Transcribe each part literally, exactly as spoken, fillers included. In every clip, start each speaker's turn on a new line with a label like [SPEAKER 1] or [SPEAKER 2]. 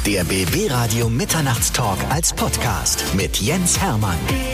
[SPEAKER 1] Der B B Radio Mitternachtstalk als Podcast mit Jens Hermann.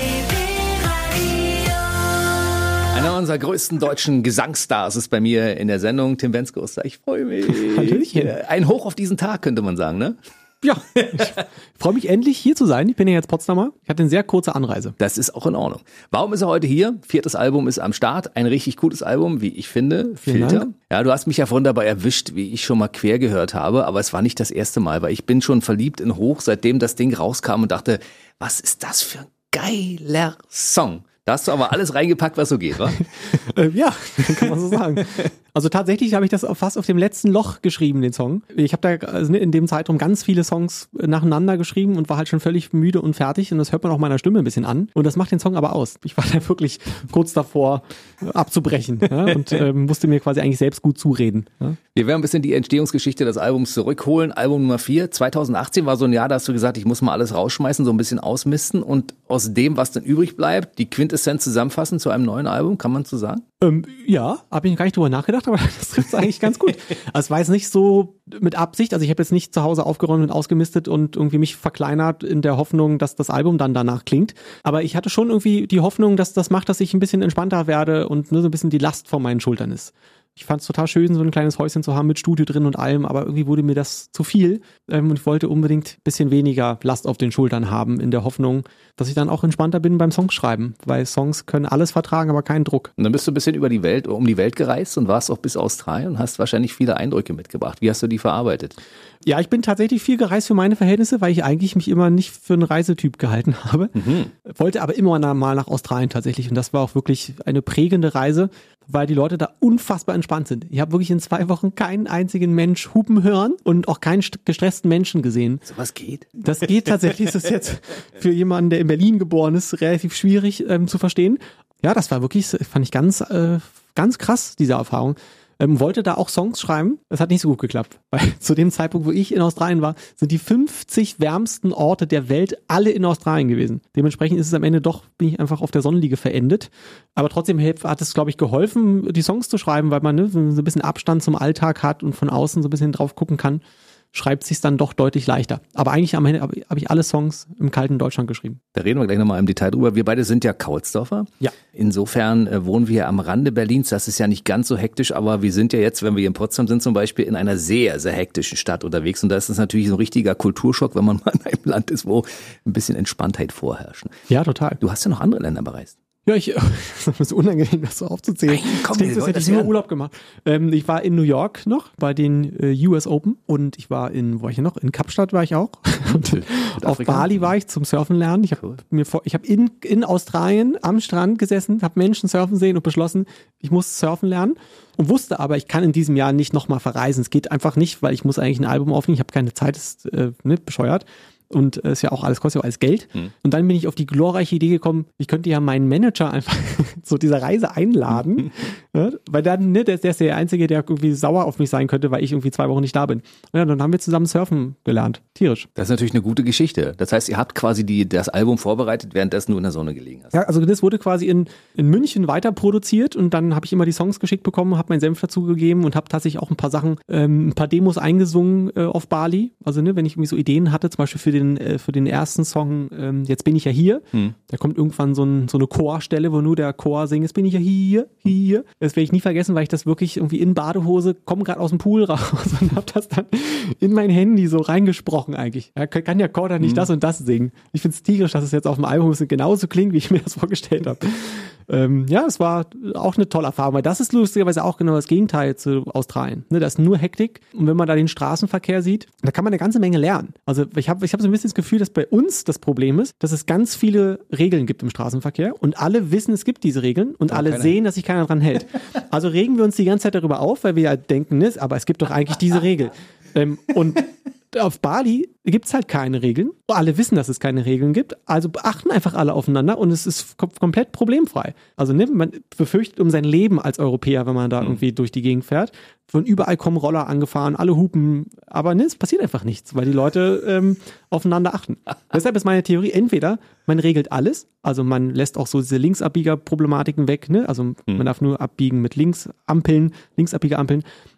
[SPEAKER 2] Einer unserer größten deutschen Gesangsstars ist bei mir in der Sendung, Tim Benskoster. Ich freue mich.
[SPEAKER 3] Hallöchen.
[SPEAKER 2] Ein Hoch auf diesen Tag, könnte man sagen, ne?
[SPEAKER 3] Ja, ich freue mich endlich hier zu sein. Ich bin ja jetzt Potsdamer. Ich hatte eine sehr kurze Anreise.
[SPEAKER 2] Das ist auch in Ordnung. Warum ist er heute hier? Viertes Album ist am Start. Ein richtig gutes Album, wie ich finde.
[SPEAKER 3] Vielen
[SPEAKER 2] Filter.
[SPEAKER 3] Dank.
[SPEAKER 2] Ja, du hast mich ja vorhin dabei erwischt, wie ich schon mal quer gehört habe. Aber es war nicht das erste Mal, weil ich bin schon verliebt in Hoch, seitdem das Ding rauskam und dachte, was ist das für ein geiler Song? Da hast du aber alles reingepackt, was so geht, wa?
[SPEAKER 3] äh, ja, kann man so sagen. Also tatsächlich habe ich das fast auf dem letzten Loch geschrieben, den Song. Ich habe da also in dem Zeitraum ganz viele Songs nacheinander geschrieben und war halt schon völlig müde und fertig. Und das hört man auch meiner Stimme ein bisschen an. Und das macht den Song aber aus. Ich war da wirklich kurz davor abzubrechen, ja, und äh, musste mir quasi eigentlich selbst gut zureden. Ja.
[SPEAKER 2] Wir werden ein bisschen die Entstehungsgeschichte des Albums zurückholen. Album Nummer vier, zweitausendachtzehn war so ein Jahr, da hast du gesagt, ich muss mal alles rausschmeißen, so ein bisschen ausmisten und aus dem, was dann übrig bleibt, die Quintessenz zusammenfassen zu einem neuen Album, kann man so sagen?
[SPEAKER 3] Ähm, ja, habe ich gar nicht drüber nachgedacht, aber das trifft es eigentlich ganz gut. Also es war jetzt nicht so mit Absicht, also ich habe jetzt nicht zu Hause aufgeräumt und ausgemistet und irgendwie mich verkleinert in der Hoffnung, dass das Album dann danach klingt. Aber ich hatte schon irgendwie die Hoffnung, dass das macht, dass ich ein bisschen entspannter werde und nur so ein bisschen die Last von meinen Schultern ist. Ich fand es total schön, so ein kleines Häuschen zu haben mit Studio drin und allem, aber irgendwie wurde mir das zu viel ähm, und ich wollte unbedingt ein bisschen weniger Last auf den Schultern haben, in der Hoffnung, dass ich dann auch entspannter bin beim Songschreiben, weil Songs können alles vertragen, aber keinen Druck.
[SPEAKER 2] Und dann bist du ein bisschen über die Welt, um die Welt gereist und warst auch bis Australien und hast wahrscheinlich viele Eindrücke mitgebracht. Wie hast du die verarbeitet?
[SPEAKER 3] Ja, ich bin tatsächlich viel gereist für meine Verhältnisse, weil ich eigentlich mich immer nicht für einen Reisetyp gehalten habe. Mhm. Wollte aber immer mal nach Australien tatsächlich und das war auch wirklich eine prägende Reise, weil die Leute da unfassbar entspannt sind. Ich habe wirklich in zwei Wochen keinen einzigen Mensch hupen hören und auch keinen gestressten Menschen gesehen.
[SPEAKER 2] So was geht?
[SPEAKER 3] Das geht tatsächlich. Das ist jetzt für jemanden, der in Berlin geboren ist, relativ schwierig ähm, zu verstehen. Ja, das war wirklich, fand ich ganz, äh, ganz krass, diese Erfahrung. Ähm, wollte da auch Songs schreiben. Das hat nicht so gut geklappt, weil zu dem Zeitpunkt, wo ich in Australien war, sind die fünfzig wärmsten Orte der Welt alle in Australien gewesen. Dementsprechend ist es am Ende doch, bin ich einfach auf der Sonnenliege verendet. Aber trotzdem hat es, glaube ich, geholfen, die Songs zu schreiben, weil man ne, so ein bisschen Abstand zum Alltag hat und von außen so ein bisschen drauf gucken kann. Schreibt sich's dann doch deutlich leichter. Aber eigentlich am Ende habe ich alle Songs im kalten Deutschland geschrieben.
[SPEAKER 2] Da reden wir gleich nochmal im Detail drüber. Wir beide sind ja Kaulsdorfer.
[SPEAKER 3] Ja.
[SPEAKER 2] Insofern äh, wohnen wir am Rande Berlins. Das ist ja nicht ganz so hektisch, aber wir sind ja jetzt, wenn wir hier in Potsdam sind zum Beispiel, in einer sehr, sehr hektischen Stadt unterwegs. Und da ist es natürlich so ein richtiger Kulturschock, wenn man mal in einem Land ist, wo ein bisschen Entspanntheit vorherrscht.
[SPEAKER 3] Ja, total.
[SPEAKER 2] Du hast ja noch andere Länder bereist.
[SPEAKER 3] Ja, ich, das ist unangenehm, das so aufzuzählen.
[SPEAKER 2] Nein, komm,
[SPEAKER 3] ich denke, das hätte ich nur Urlaub gemacht. Ähm, ich war in New York noch bei den äh, U S Open und ich war in, wo war ich noch? In Kapstadt war ich auch. Und auf Bali war ich zum Surfen lernen. Ich habe
[SPEAKER 2] cool.
[SPEAKER 3] mir vor, ich habe in, in Australien am Strand gesessen, habe Menschen surfen sehen und beschlossen, ich muss surfen lernen. Und wusste aber, ich kann in diesem Jahr nicht nochmal verreisen. Es geht einfach nicht, weil ich muss eigentlich ein Album aufnehmen. Ich habe keine Zeit, das ist äh, ne, bescheuert. Und es äh, ist ja auch alles, kostet ja auch alles Geld. Hm. Und dann bin ich auf die glorreiche Idee gekommen, ich könnte ja meinen Manager einfach zu dieser Reise einladen. Ja, weil dann, ne, der, der ist der Einzige, der irgendwie sauer auf mich sein könnte, weil ich irgendwie zwei Wochen nicht da bin. Ja, dann haben wir zusammen surfen gelernt. Tierisch.
[SPEAKER 2] Das ist natürlich eine gute Geschichte. Das heißt, ihr habt quasi die, das Album vorbereitet, währenddessen du in der Sonne gelegen hast.
[SPEAKER 3] Ja, also das wurde quasi in, in München weiter produziert und dann habe ich immer die Songs geschickt bekommen, habe meinen Senf dazu gegeben und habe tatsächlich auch ein paar Sachen, ähm, ein paar Demos eingesungen äh, auf Bali. Also ne, wenn ich irgendwie so Ideen hatte, zum Beispiel für den, äh, für den ersten Song, ähm, Jetzt bin ich ja hier, hm. da kommt irgendwann so, ein, so eine Chorstelle, wo nur der Chor singt, jetzt bin ich ja hier, hier. Das werde ich nie vergessen, weil ich das wirklich irgendwie in Badehose, komme gerade aus dem Pool raus und habe das dann in mein Handy so reingesprochen eigentlich. Ja, kann ja Korda nicht hm. das und das singen. Ich finde es tierisch, dass es jetzt auf dem Album genauso klingt, wie ich mir das vorgestellt habe. Ähm, ja, es war auch eine tolle Erfahrung, weil das ist lustigerweise auch genau das Gegenteil zu Australien. Ne, da ist nur Hektik und wenn man da den Straßenverkehr sieht, da kann man eine ganze Menge lernen. Also ich habe ich hab so ein bisschen das Gefühl, dass bei uns das Problem ist, dass es ganz viele Regeln gibt im Straßenverkehr und alle wissen, es gibt diese Regeln und ja, alle keiner. sehen, dass sich keiner dran hält. Also regen wir uns die ganze Zeit darüber auf, weil wir ja denken, ne, aber es gibt doch eigentlich diese Regel. Ähm, und auf Bali gibt es halt keine Regeln. Alle wissen, dass es keine Regeln gibt. Also achten einfach alle aufeinander und es ist kom- komplett problemfrei. Also ne, man befürchtet um sein Leben als Europäer, wenn man da mhm. irgendwie durch die Gegend fährt. Von überall kommen Roller angefahren, alle hupen. Aber ne, es passiert einfach nichts, weil die Leute ähm, aufeinander achten. Deshalb ist meine Theorie, entweder man regelt alles, also man lässt auch so diese Linksabbieger-Problematiken weg. Ne? Also mhm. man darf nur abbiegen mit Linksampeln, Linksabbieger-Ampeln.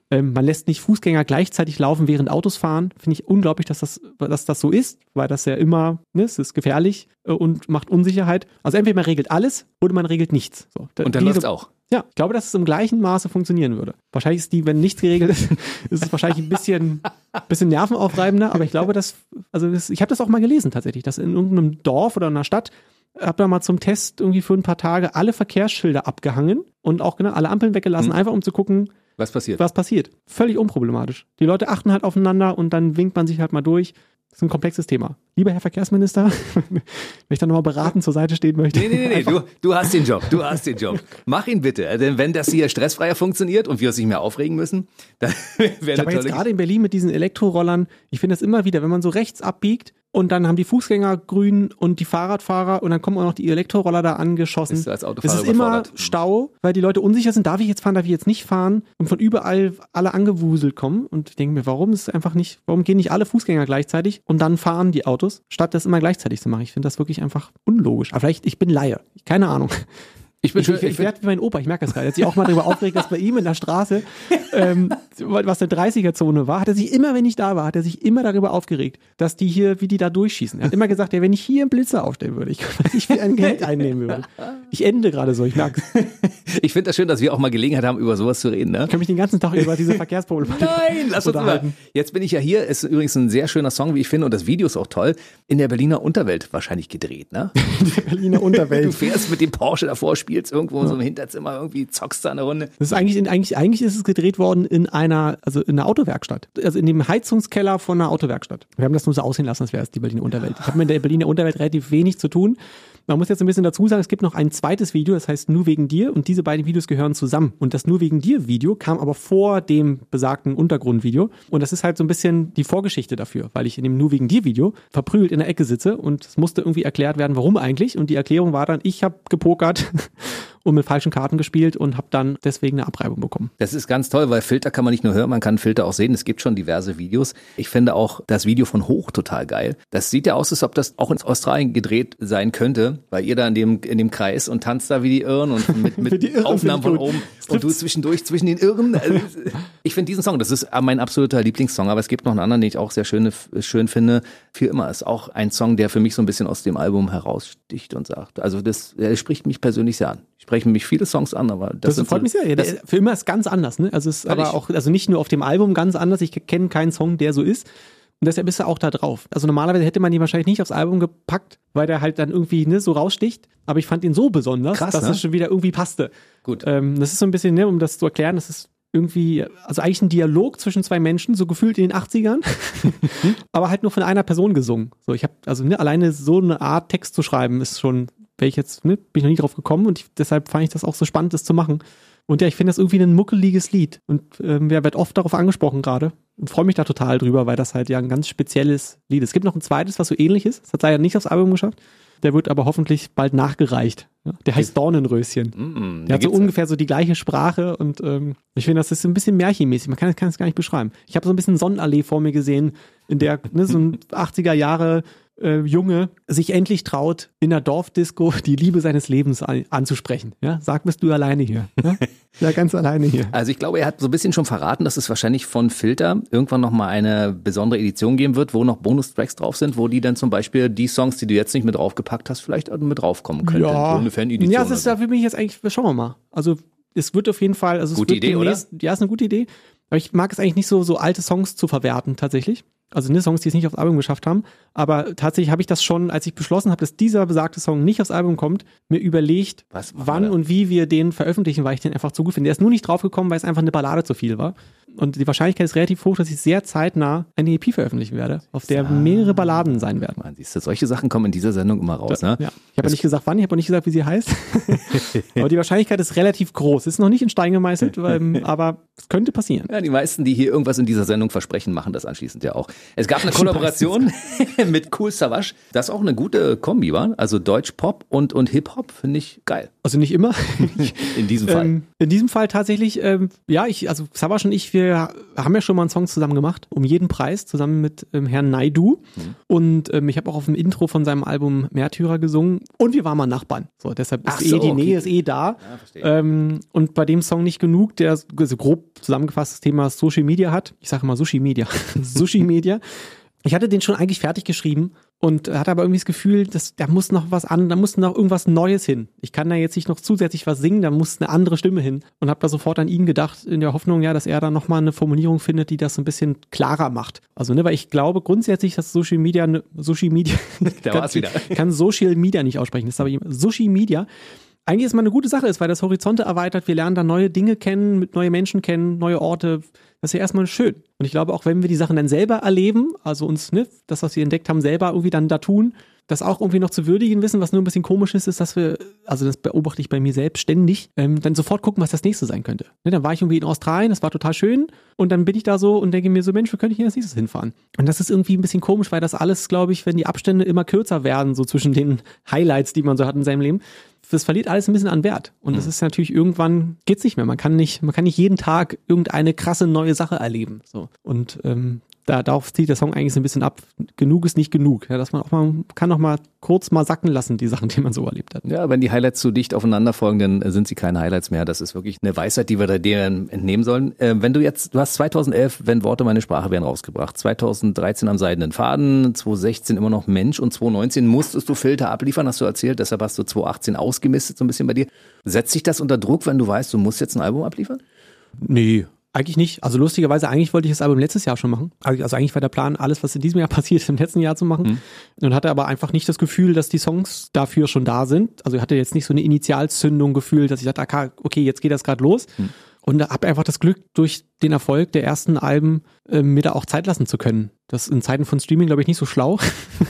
[SPEAKER 3] Ähm, man lässt nicht Fußgänger gleichzeitig laufen, während Autos fahren. Finde ich unglaublich, dass das, dass das so ist, weil das ja immer, ne, es ist gefährlich äh, und macht Unsicherheit. Also entweder man regelt alles oder man regelt nichts. So,
[SPEAKER 2] und dann läuft's auch.
[SPEAKER 3] Ja, ich glaube, dass es im gleichen Maße funktionieren würde. Wahrscheinlich ist die, wenn nichts geregelt ist, ist es wahrscheinlich ein bisschen, bisschen nervenaufreibender, aber ich glaube, dass, also das, ich habe das auch mal gelesen tatsächlich, dass in irgendeinem Dorf oder einer Stadt habe da mal zum Test irgendwie für ein paar Tage alle Verkehrsschilder abgehangen und auch genau alle Ampeln weggelassen, hm. einfach um zu gucken,
[SPEAKER 2] was passiert.
[SPEAKER 3] Was passiert. Völlig unproblematisch. Die Leute achten halt aufeinander und dann winkt man sich halt mal durch. Das ist ein komplexes Thema. Lieber Herr Verkehrsminister, wenn ich dann nochmal beratend zur Seite stehen möchte.
[SPEAKER 2] Nee, nee, nee, du, du hast den Job, du hast den Job. Mach ihn bitte, denn wenn das hier stressfreier funktioniert und wir uns nicht mehr aufregen müssen, dann wäre
[SPEAKER 3] Aber jetzt gerade in Berlin mit diesen Elektrorollern, ich finde das immer wieder, wenn man so rechts abbiegt und dann haben die Fußgänger grün und die Fahrradfahrer und dann kommen auch noch die Elektroroller da angeschossen.
[SPEAKER 2] Ist als Autofahrer
[SPEAKER 3] es ist immer Stau, weil die Leute unsicher sind, darf ich jetzt fahren, darf ich jetzt nicht fahren und von überall alle angewuselt kommen und ich denke mir, warum ist einfach nicht, warum gehen nicht alle Fußgänger gleichzeitig und dann fahren die Autos, statt das immer gleichzeitig zu machen. Ich finde das wirklich einfach unlogisch. Aber vielleicht, ich bin Laie, keine Ahnung.
[SPEAKER 2] Ich bin
[SPEAKER 3] ich,
[SPEAKER 2] schon,
[SPEAKER 3] ich, ich werde wie mein Opa, ich merke das gerade, er hat sich auch mal darüber aufgeregt, dass bei ihm in der Straße, ähm, was der dreißiger-Zone war, hat er sich immer, wenn ich da war, hat er sich immer darüber aufgeregt, dass die hier, wie die da durchschießen. Er hat immer gesagt, ja, wenn ich hier einen Blitzer aufstellen würde, ich, ich will ein Geld einnehmen würde. Ich ende gerade so, ich merke es.
[SPEAKER 2] Ich finde das schön, dass wir auch mal Gelegenheit haben, über sowas zu reden. Ne?
[SPEAKER 3] Ich kann mich den ganzen Tag über diese Verkehrsproblematik
[SPEAKER 2] Nein, lass uns mal. Jetzt bin ich ja hier, ist übrigens ein sehr schöner Song, wie ich finde, und das Video ist auch toll, in der Berliner Unterwelt wahrscheinlich gedreht, ne?
[SPEAKER 3] In der Berliner Unterwelt.
[SPEAKER 2] Du fährst mit dem Porsche davor, spielst irgendwo in so einem Hinterzimmer, irgendwie zockst da eine Runde.
[SPEAKER 3] Das ist eigentlich, in, eigentlich, eigentlich ist es gedreht worden in einer, also in einer Autowerkstatt. Also in dem Heizungskeller von einer Autowerkstatt. Wir haben das nur so aussehen lassen, als wäre es die Berliner Unterwelt. Ich habe mit der Berliner Unterwelt relativ wenig zu tun. Man muss jetzt ein bisschen dazu sagen, es gibt noch ein zweites Video, das heißt Nur wegen dir und diese beiden Videos gehören zusammen. Und das Nur wegen dir Video kam aber vor dem besagten Untergrundvideo und das ist halt so ein bisschen die Vorgeschichte dafür, weil ich in dem Nur wegen dir Video verprügelt in der Ecke sitze und es musste irgendwie erklärt werden, warum eigentlich und die Erklärung war dann, ich habe gepokert und mit falschen Karten gespielt und habe dann deswegen eine Abreibung bekommen.
[SPEAKER 2] Das ist ganz toll, weil Filter kann man nicht nur hören, man kann Filter auch sehen. Es gibt schon diverse Videos. Ich finde auch das Video von Hoch total geil. Das sieht ja aus, als ob das auch in Australien gedreht sein könnte, weil ihr da in dem, in dem Kreis und tanzt da wie die Irren und mit, mit Irren Aufnahmen von oben und du zwischendurch zwischen den Irren. Also, ich finde diesen Song, das ist mein absoluter Lieblingssong, aber es gibt noch einen anderen, den ich auch sehr schön, schön finde. Für immer ist auch ein Song, der für mich so ein bisschen aus dem Album heraussticht und sagt, also das, der spricht mich persönlich sehr an. Sprechen mich viele Songs an, aber das,
[SPEAKER 3] das freut so, mich sehr. Ja, das, für immer ist ganz anders, ne? Also es ist aber auch, also nicht nur auf dem Album ganz anders. Ich kenne keinen Song, der so ist. Und deshalb ist er auch da drauf. Also normalerweise hätte man die wahrscheinlich nicht aufs Album gepackt, weil der halt dann irgendwie ne, so raussticht. Aber ich fand ihn so besonders, Krass, dass ne? es schon wieder irgendwie passte.
[SPEAKER 2] Gut.
[SPEAKER 3] Ähm, das ist so ein bisschen, ne, um das zu erklären, das ist irgendwie, also eigentlich ein Dialog zwischen zwei Menschen, so gefühlt in den achtzigern, aber halt nur von einer Person gesungen. So, ich habe also ne, alleine so eine Art Text zu schreiben, ist schon wäre ich jetzt, ne, bin ich noch nie drauf gekommen und ich, deshalb fand ich das auch so spannend, das zu machen. Und ja, ich finde das irgendwie ein muckeliges Lied und ähm, ja, wird oft darauf angesprochen gerade und freue mich da total drüber, weil das halt ja ein ganz spezielles Lied ist. Es gibt noch ein zweites, was so ähnlich ist, das hat leider nicht aufs Album geschafft, der wird aber hoffentlich bald nachgereicht. Ja? Der heißt Dornenröschen. Mm, der hat so ungefähr so die gleiche Sprache und ähm, ich finde, das ist so ein bisschen märchenmäßig, man kann es gar nicht beschreiben. Ich habe so ein bisschen Sonnenallee vor mir gesehen, in der ne, so ein achtziger Jahre Äh, Junge sich endlich traut, in der Dorfdisco die Liebe seines Lebens an, anzusprechen. Ja? Sag, bist du alleine hier? Ja? Ja, ganz alleine hier.
[SPEAKER 2] Also ich glaube, er hat so ein bisschen schon verraten, dass es wahrscheinlich von Filter irgendwann nochmal eine besondere Edition geben wird, wo noch Bonustracks drauf sind, wo die dann zum Beispiel die Songs, die du jetzt nicht mit draufgepackt hast, vielleicht mit draufkommen könnten.
[SPEAKER 3] Ja,
[SPEAKER 2] so eine Fan-Edition.
[SPEAKER 3] Ja, das ist, dafür bin ich jetzt eigentlich, schauen wir mal. Also es wird auf jeden Fall, also es
[SPEAKER 2] gute
[SPEAKER 3] wird
[SPEAKER 2] Idee,
[SPEAKER 3] demnächst,
[SPEAKER 2] oder?
[SPEAKER 3] Ja, ist eine gute Idee. Aber ich mag es eigentlich nicht so, so alte Songs zu verwerten, tatsächlich. Also ne, Songs, die es nicht aufs Album geschafft haben. Aber tatsächlich habe ich das schon, als ich beschlossen habe, dass dieser besagte Song nicht aufs Album kommt, mir überlegt,
[SPEAKER 2] Was,
[SPEAKER 3] wann und wie wir den veröffentlichen, weil ich den einfach zu gut finde. Der ist nur nicht draufgekommen, weil es einfach eine Ballade zu viel war. Und die Wahrscheinlichkeit ist relativ hoch, dass ich sehr zeitnah eine E P veröffentlichen werde, auf der ah, mehrere Balladen sein werden.
[SPEAKER 2] Man, siehst du, solche Sachen kommen in dieser Sendung immer raus.
[SPEAKER 3] Da,
[SPEAKER 2] ne?
[SPEAKER 3] Ja. Ich habe nicht gesagt, wann, ich habe auch nicht gesagt, wie sie heißt. Aber die Wahrscheinlichkeit ist relativ groß. Ist noch nicht in Stein gemeißelt, weil, aber es könnte passieren.
[SPEAKER 2] Ja, die meisten, die hier irgendwas in dieser Sendung versprechen, machen das anschließend ja auch. Es gab eine Kollaboration mit Kool Savas, das auch eine gute Kombi war. Also Deutsch-Pop und, und Hip-Hop finde ich geil.
[SPEAKER 3] Also nicht immer.
[SPEAKER 2] In diesem Fall.
[SPEAKER 3] Ähm, in diesem Fall tatsächlich, ähm, ja, ich, also Savas und ich, wir wir haben ja schon mal einen Song zusammen gemacht, um jeden Preis, zusammen mit ähm, Herrn Naidu. Mhm. Und ähm, ich habe auch auf dem Intro von seinem Album Märtyrer gesungen. Und wir waren mal Nachbarn. So, deshalb ist
[SPEAKER 2] Ach so,
[SPEAKER 3] eh die
[SPEAKER 2] okay.
[SPEAKER 3] Nähe ist eh da.
[SPEAKER 2] Ja,
[SPEAKER 3] ähm, und bei dem Song nicht genug, der also grob zusammengefasst das Thema Social Media hat. Ich sage immer Sushi Media. Sushi Media. Ich hatte den schon eigentlich fertig geschrieben und hatte aber irgendwie das Gefühl, dass da muss noch was an, da muss noch irgendwas Neues hin. Ich kann da jetzt nicht noch zusätzlich was singen, da muss eine andere Stimme hin. Und habe da sofort an ihn gedacht, in der Hoffnung, ja, dass er da nochmal eine Formulierung findet, die das so ein bisschen klarer macht. Also, ne, weil ich glaube grundsätzlich, dass Social Media, Sushi Media,
[SPEAKER 2] da war's wieder.
[SPEAKER 3] kann Social Media nicht aussprechen, das ist aber Sushi Media. Eigentlich ist mal eine gute Sache ist, weil das Horizonte erweitert, wir lernen da neue Dinge kennen, mit neue Menschen kennen, neue Orte. Das ist ja erstmal schön. Und ich glaube, auch wenn wir die Sachen dann selber erleben, also uns, ne, das, was wir entdeckt haben, selber irgendwie dann da tun, das auch irgendwie noch zu würdigen wissen, was nur ein bisschen komisch ist, ist, dass wir, also das beobachte ich bei mir selbst ständig, ähm, dann sofort gucken, was das nächste sein könnte. Ne, dann war ich irgendwie in Australien, das war total schön und dann bin ich da so und denke mir so, Mensch, wo könnte ich hier als nächstes hinfahren? Und das ist irgendwie ein bisschen komisch, weil das alles, glaube ich, wenn die Abstände immer kürzer werden, so zwischen den Highlights, die man so hat in seinem Leben, das verliert alles ein bisschen an Wert. Und das ist natürlich irgendwann, geht's nicht mehr. Man kann nicht, man kann nicht jeden Tag irgendeine krasse neue Sache erleben. So. Und ähm, da, darauf zieht der Song eigentlich so ein bisschen ab. Genug ist nicht genug. Ja, dass man auch mal, kann auch mal kurz mal sacken lassen, die Sachen, die man so erlebt hat.
[SPEAKER 2] Ja, wenn die Highlights zu dicht aufeinander folgen, dann sind sie keine Highlights mehr. Das ist wirklich eine Weisheit, die wir da dir entnehmen sollen. Äh, wenn du jetzt, du hast zweitausendelf, wenn Worte meine Sprache wären, rausgebracht. zweitausenddreizehn am Seidenen Faden, zweitausendsechzehn immer noch Mensch und zweitausendneunzehn musstest du Filter abliefern, hast du erzählt. Deshalb hast du zweitausendachtzehn ausgemistet so ein bisschen bei dir. Setzt sich das unter Druck, wenn du weißt, du musst jetzt ein Album abliefern?
[SPEAKER 3] Nee. Eigentlich nicht. Also lustigerweise, eigentlich wollte ich das Album letztes Jahr schon machen. Also eigentlich war der Plan, alles, was in diesem Jahr passiert, im letzten Jahr zu machen. Mhm. Und hatte aber einfach nicht das Gefühl, dass die Songs dafür schon da sind. Also ich hatte jetzt nicht so eine Initialzündung gefühlt, dass ich dachte, okay, jetzt geht das gerade los. Mhm. Und habe einfach das Glück, durch den Erfolg der ersten Alben äh, mir da auch Zeit lassen zu können. Das ist in Zeiten von Streaming, glaube ich, nicht so schlau.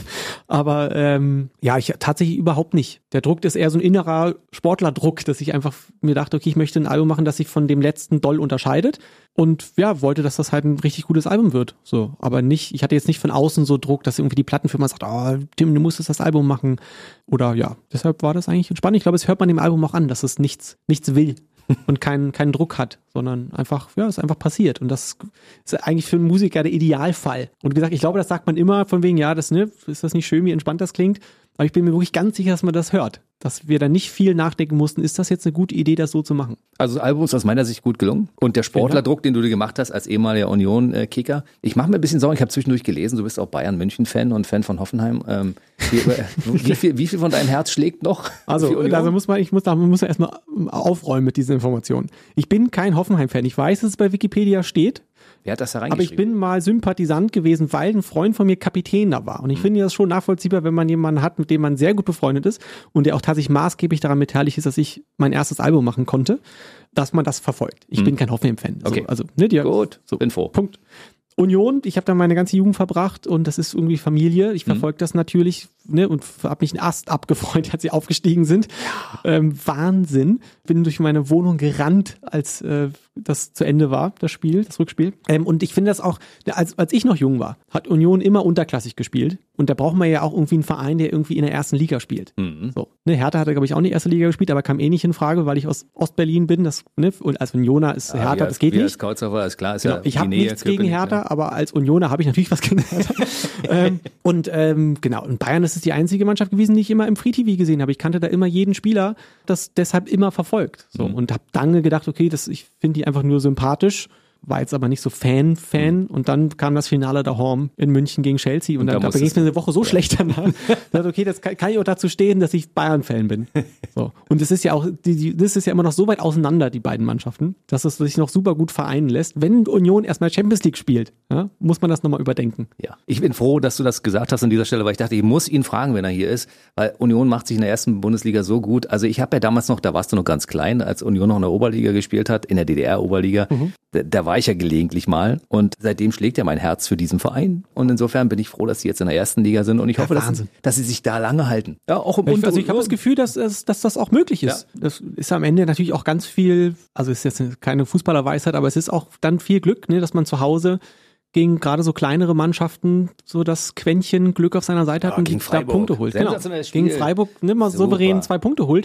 [SPEAKER 3] Aber ähm, ja, ich tatsächlich überhaupt nicht. Der Druck ist eher so ein innerer Sportlerdruck, dass ich einfach mir dachte, okay, ich möchte ein Album machen, das sich von dem letzten doll unterscheidet. Und ja, wollte, dass das halt ein richtig gutes Album wird. So, aber nicht, ich hatte jetzt nicht von außen so Druck, dass irgendwie die Plattenfirma sagt, oh, Tim, du musst das Album machen. Oder ja, deshalb war das eigentlich entspannt. Ich glaube, es hört man dem Album auch an, dass es nichts, nichts will. Und keinen keinen Druck hat, sondern einfach, ja, es ist einfach passiert. Und das ist eigentlich für einen Musiker der Idealfall. Und wie gesagt, ich glaube, das sagt man immer von wegen, ja, das, ne, ist das nicht schön, wie entspannt das klingt? Aber ich bin mir wirklich ganz sicher, dass man das hört. Dass wir da nicht viel nachdenken mussten, ist das jetzt eine gute Idee, das so zu machen?
[SPEAKER 2] Also das Album ist aus meiner Sicht gut gelungen. Und der Sportlerdruck, den du dir gemacht hast als ehemaliger Union-Kicker. Ich mache mir ein bisschen Sorgen, ich habe zwischendurch gelesen, du bist auch Bayern-München-Fan und Fan von Hoffenheim. Ähm, wie, wie, viel, wie viel von deinem Herz schlägt noch?
[SPEAKER 3] Also, also muss man, ich muss da, man muss ja erstmal aufräumen mit diesen Informationen. Ich bin kein Hoffenheim-Fan. Ich weiß, dass es bei Wikipedia steht.
[SPEAKER 2] Wer hat das da
[SPEAKER 3] Aber
[SPEAKER 2] reingeschrieben?
[SPEAKER 3] ich bin mal Sympathisant gewesen, weil ein Freund von mir Kapitän da war. Und ich mhm. finde das schon nachvollziehbar, wenn man jemanden hat, mit dem man sehr gut befreundet ist und der auch tatsächlich maßgeblich daran beteiligt ist, dass ich mein erstes Album machen konnte, dass man das verfolgt. Ich mhm. bin kein Hoffenheim-Fan.
[SPEAKER 2] Okay.
[SPEAKER 3] So, also, ne, die,
[SPEAKER 2] gut, so. Bin froh.
[SPEAKER 3] Punkt. Union, ich habe da meine ganze Jugend verbracht und das ist irgendwie Familie. Ich verfolge mhm. das natürlich, ne, und habe mich einen Ast abgefreut, als sie aufgestiegen sind. Ja. Ähm, Wahnsinn. Bin durch meine Wohnung gerannt, als äh, das zu Ende war, das Spiel, das Rückspiel. Ähm, und ich finde das auch, als, als ich noch jung war, hat Union immer unterklassig gespielt. Und da braucht man ja auch irgendwie einen Verein, der irgendwie in der ersten Liga spielt. Mhm. So, ne, Hertha hatte, glaube ich, auch nicht erste Liga gespielt, aber kam eh nicht in Frage, weil ich aus Ostberlin bin. Das, ne, und als Unioner ist
[SPEAKER 2] ja,
[SPEAKER 3] Hertha,
[SPEAKER 2] als,
[SPEAKER 3] das geht nicht.
[SPEAKER 2] Als Kautzauber ist klar, ist
[SPEAKER 3] genau.
[SPEAKER 2] ja
[SPEAKER 3] Ich habe nichts gegen Hertha, aber als Unioner habe ich natürlich was gegen Hertha. ähm, und ähm, genau, und Bayern, das ist die einzige Mannschaft gewesen, die ich immer im Free T V gesehen habe. Ich kannte da immer jeden Spieler, das deshalb immer verfolgt. So, mhm. Und habe dann gedacht, okay, das, ich finde die einfach nur sympathisch. War jetzt aber nicht so Fan-Fan. Mhm. Und dann kam das Finale daheim in München gegen Chelsea. Und, und dann da ging es mir eine Woche so ja. schlecht danach. dachte, okay, das kann, kann ich auch dazu stehen, dass ich Bayern-Fan bin. So. Und es ist ja auch, die, die, das ist ja immer noch so weit auseinander, die beiden Mannschaften, dass es sich noch super gut vereinen lässt. Wenn Union erstmal Champions League spielt, ja, muss man das nochmal überdenken.
[SPEAKER 2] Ja. Ich bin froh, dass du das gesagt hast an dieser Stelle, weil ich dachte, ich muss ihn fragen, wenn er hier ist. Weil Union macht sich in der ersten Bundesliga so gut. Also ich habe ja damals noch, da warst du noch ganz klein, als Union noch in der Oberliga gespielt hat, in der D D R-Oberliga. Mhm. Da, da war ich ja gelegentlich mal und seitdem schlägt ja mein Herz für diesen Verein und insofern bin ich froh, dass sie jetzt in der ersten Liga sind und ich ja, hoffe, dass, dass sie sich da lange halten. Ja, auch im
[SPEAKER 3] ich, also ich habe das Gefühl, dass, dass das auch möglich ist. Ja. Das ist am Ende natürlich auch ganz viel, also ist jetzt keine Fußballerweisheit, aber es ist auch dann viel Glück, ne, dass man zu Hause gegen gerade so kleinere Mannschaften so das Quäntchen Glück auf seiner Seite hat ja, und da Punkte holt. Genau. Gegen Freiburg nimmer souverän zwei Punkte holt. Ja.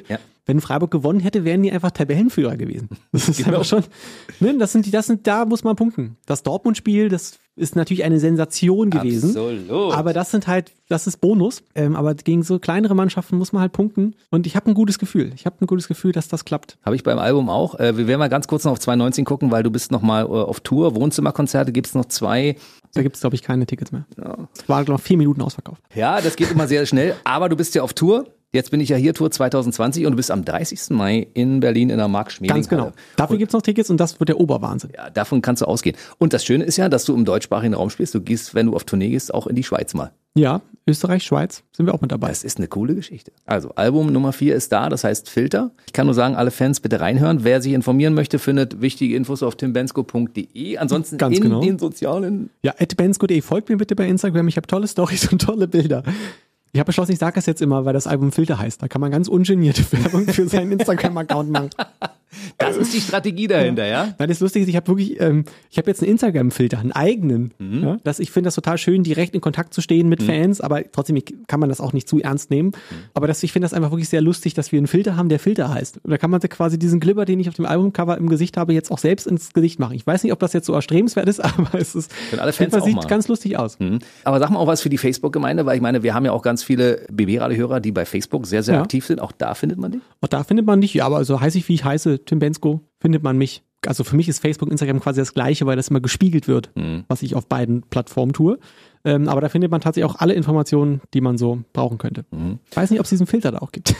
[SPEAKER 3] wenn Freiburg gewonnen hätte, wären die einfach Tabellenführer gewesen. Das ist genau. einfach schon, ne, das sind die, das sind, da muss man punkten. Das Dortmund-Spiel, das ist natürlich eine Sensation gewesen.
[SPEAKER 2] Absolut.
[SPEAKER 3] Aber das sind halt, das ist Bonus. Ähm, aber gegen so kleinere Mannschaften muss man halt punkten. Und ich habe ein gutes Gefühl. Ich habe ein gutes Gefühl, dass das klappt.
[SPEAKER 2] Habe ich beim Album auch. Äh, wir werden mal ganz kurz noch auf zwanzig neunzehn gucken, weil du bist noch mal äh, auf Tour. Wohnzimmerkonzerte gibt es noch zwei.
[SPEAKER 3] Da gibt es, glaube ich, keine Tickets mehr. Ja. Es war, glaube ich, vier Minuten ausverkauft.
[SPEAKER 2] Ja, das geht immer sehr schnell. Aber du bist ja auf Tour. Jetzt bin ich ja hier, Tour zwanzig zwanzig, und du bist am dreißigsten Mai in Berlin in der Mark-Schmeling.
[SPEAKER 3] Ganz genau. Dafür gibt es noch Tickets und das wird der Oberwahnsinn.
[SPEAKER 2] Ja, davon kannst du ausgehen. Und das Schöne ist ja, dass du im deutschsprachigen Raum spielst. Du gehst, wenn du auf Tournee gehst, auch in die Schweiz mal.
[SPEAKER 3] Ja, Österreich, Schweiz sind wir auch mit dabei.
[SPEAKER 2] Das ist eine coole Geschichte. Also, Album Nummer vier ist da, das heißt Filter. Ich kann nur sagen, alle Fans bitte reinhören. Wer sich informieren möchte, findet wichtige Infos auf tim bensko punkt de. Ansonsten
[SPEAKER 3] Ganz
[SPEAKER 2] in
[SPEAKER 3] genau.
[SPEAKER 2] den sozialen...
[SPEAKER 3] Ja, at bensko punkt de. Folgt mir bitte bei Instagram. Ich habe tolle Storys und tolle Bilder. Ich habe beschlossen, ich sage das jetzt immer, weil das Album Filter heißt. Da kann man ganz ungenierte Werbung für seinen Instagram-Account machen.
[SPEAKER 2] Das ist die Strategie dahinter, ja?
[SPEAKER 3] ja? Weil das Lustige ist, ich habe wirklich, ähm, ich habe jetzt einen Instagram-Filter, einen eigenen. Mhm. Ja? Das, ich finde das total schön, direkt in Kontakt zu stehen mit mhm. Fans, aber trotzdem kann man das auch nicht zu ernst nehmen. Mhm. Aber das, ich finde das einfach wirklich sehr lustig, dass wir einen Filter haben, der Filter heißt. Und da kann man sich quasi diesen Glibber, den ich auf dem Albumcover im Gesicht habe, jetzt auch selbst ins Gesicht machen. Ich weiß nicht, ob das jetzt so erstrebenswert ist, aber es ist,
[SPEAKER 2] alle Fans auch
[SPEAKER 3] sieht
[SPEAKER 2] mal.
[SPEAKER 3] ganz lustig aus.
[SPEAKER 2] Mhm. Aber sag mal auch was für die Facebook-Gemeinde, weil ich meine, wir haben ja auch ganz viele B B-Radio-Hörer, die bei Facebook sehr, sehr ja. aktiv sind. Auch da findet man dich?
[SPEAKER 3] Auch da findet man dich, ja, aber also heiß ich, wie ich heiße, Tim Bensko, findet man mich. Also für mich ist Facebook, Instagram quasi das Gleiche, weil das immer gespiegelt wird, mhm. was ich auf beiden Plattformen tue. Ähm, aber da findet man tatsächlich auch alle Informationen, die man so brauchen könnte. Mhm. Ich weiß nicht, ob es diesen Filter da auch gibt.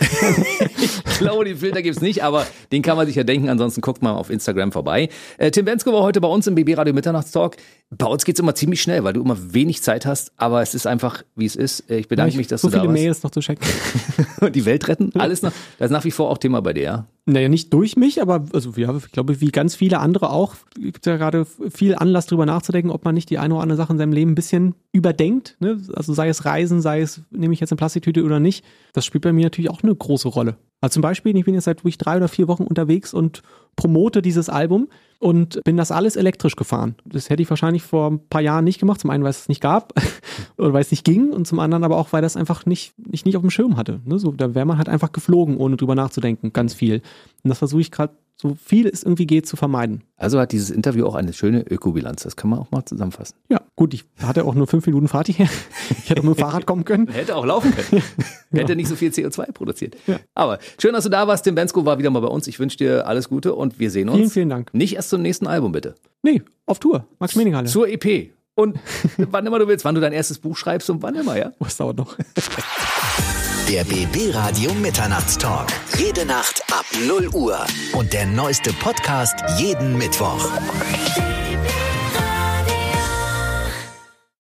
[SPEAKER 2] Ich glaube, den Filter gibt es nicht, aber den kann man sich ja denken. Ansonsten guckt mal auf Instagram vorbei. Äh, Tim Bensko war heute bei uns im B B-Radio Mitternachtstalk. Bei uns geht es immer ziemlich schnell, weil du immer wenig Zeit hast, aber es ist einfach, wie es ist. Ich bedanke ja, ich, mich, dass
[SPEAKER 3] so
[SPEAKER 2] du da warst.
[SPEAKER 3] So viele Mails noch zu checken.
[SPEAKER 2] Die Welt retten, alles noch. Das ist nach wie vor auch Thema bei dir, ja?
[SPEAKER 3] Naja, nicht durch mich, aber also ja, ich glaube, wie ganz viele andere auch, gibt ja gerade viel Anlass drüber nachzudenken, ob man nicht die eine oder andere Sache in seinem Leben ein bisschen überdenkt. Ne? Also sei es Reisen, sei es, nehme ich jetzt eine Plastiktüte oder nicht. Das spielt bei mir natürlich auch eine große Rolle. Also zum Beispiel, ich bin jetzt seit wirklich drei oder vier Wochen unterwegs und promote dieses Album und bin das alles elektrisch gefahren. Das hätte ich wahrscheinlich vor ein paar Jahren nicht gemacht. Zum einen, weil es es nicht gab oder weil es nicht ging und zum anderen aber auch, weil das einfach nicht, ich nicht auf dem Schirm hatte. Ne? So, da wäre man halt einfach geflogen, ohne drüber nachzudenken, ganz viel. Und das versuche ich gerade, so viel es irgendwie geht, zu vermeiden.
[SPEAKER 2] Also hat dieses Interview auch eine schöne Ökobilanz. Das kann man auch mal zusammenfassen.
[SPEAKER 3] Ja, gut, ich hatte auch nur fünf Minuten Fahrt hierher. Ich hätte auch mit dem Fahrrad kommen können.
[SPEAKER 2] Hätte auch laufen können. Ja. Hätte nicht so viel C O zwei produziert. Ja. Aber schön, dass du da warst. Tim Bensko war wieder mal bei uns. Ich wünsche dir alles Gute und wir sehen uns.
[SPEAKER 3] Vielen, vielen Dank.
[SPEAKER 2] Nicht erst zum nächsten Album, bitte.
[SPEAKER 3] Nee, auf Tour. Max-Schmeling-Halle.
[SPEAKER 2] Zur E P. Und wann immer du willst, wann du dein erstes Buch schreibst und wann immer, ja?
[SPEAKER 3] Oh, es dauert noch.
[SPEAKER 1] Der B B-Radio Mitternachtstalk. Jede Nacht ab null Uhr. Und der neueste Podcast jeden Mittwoch.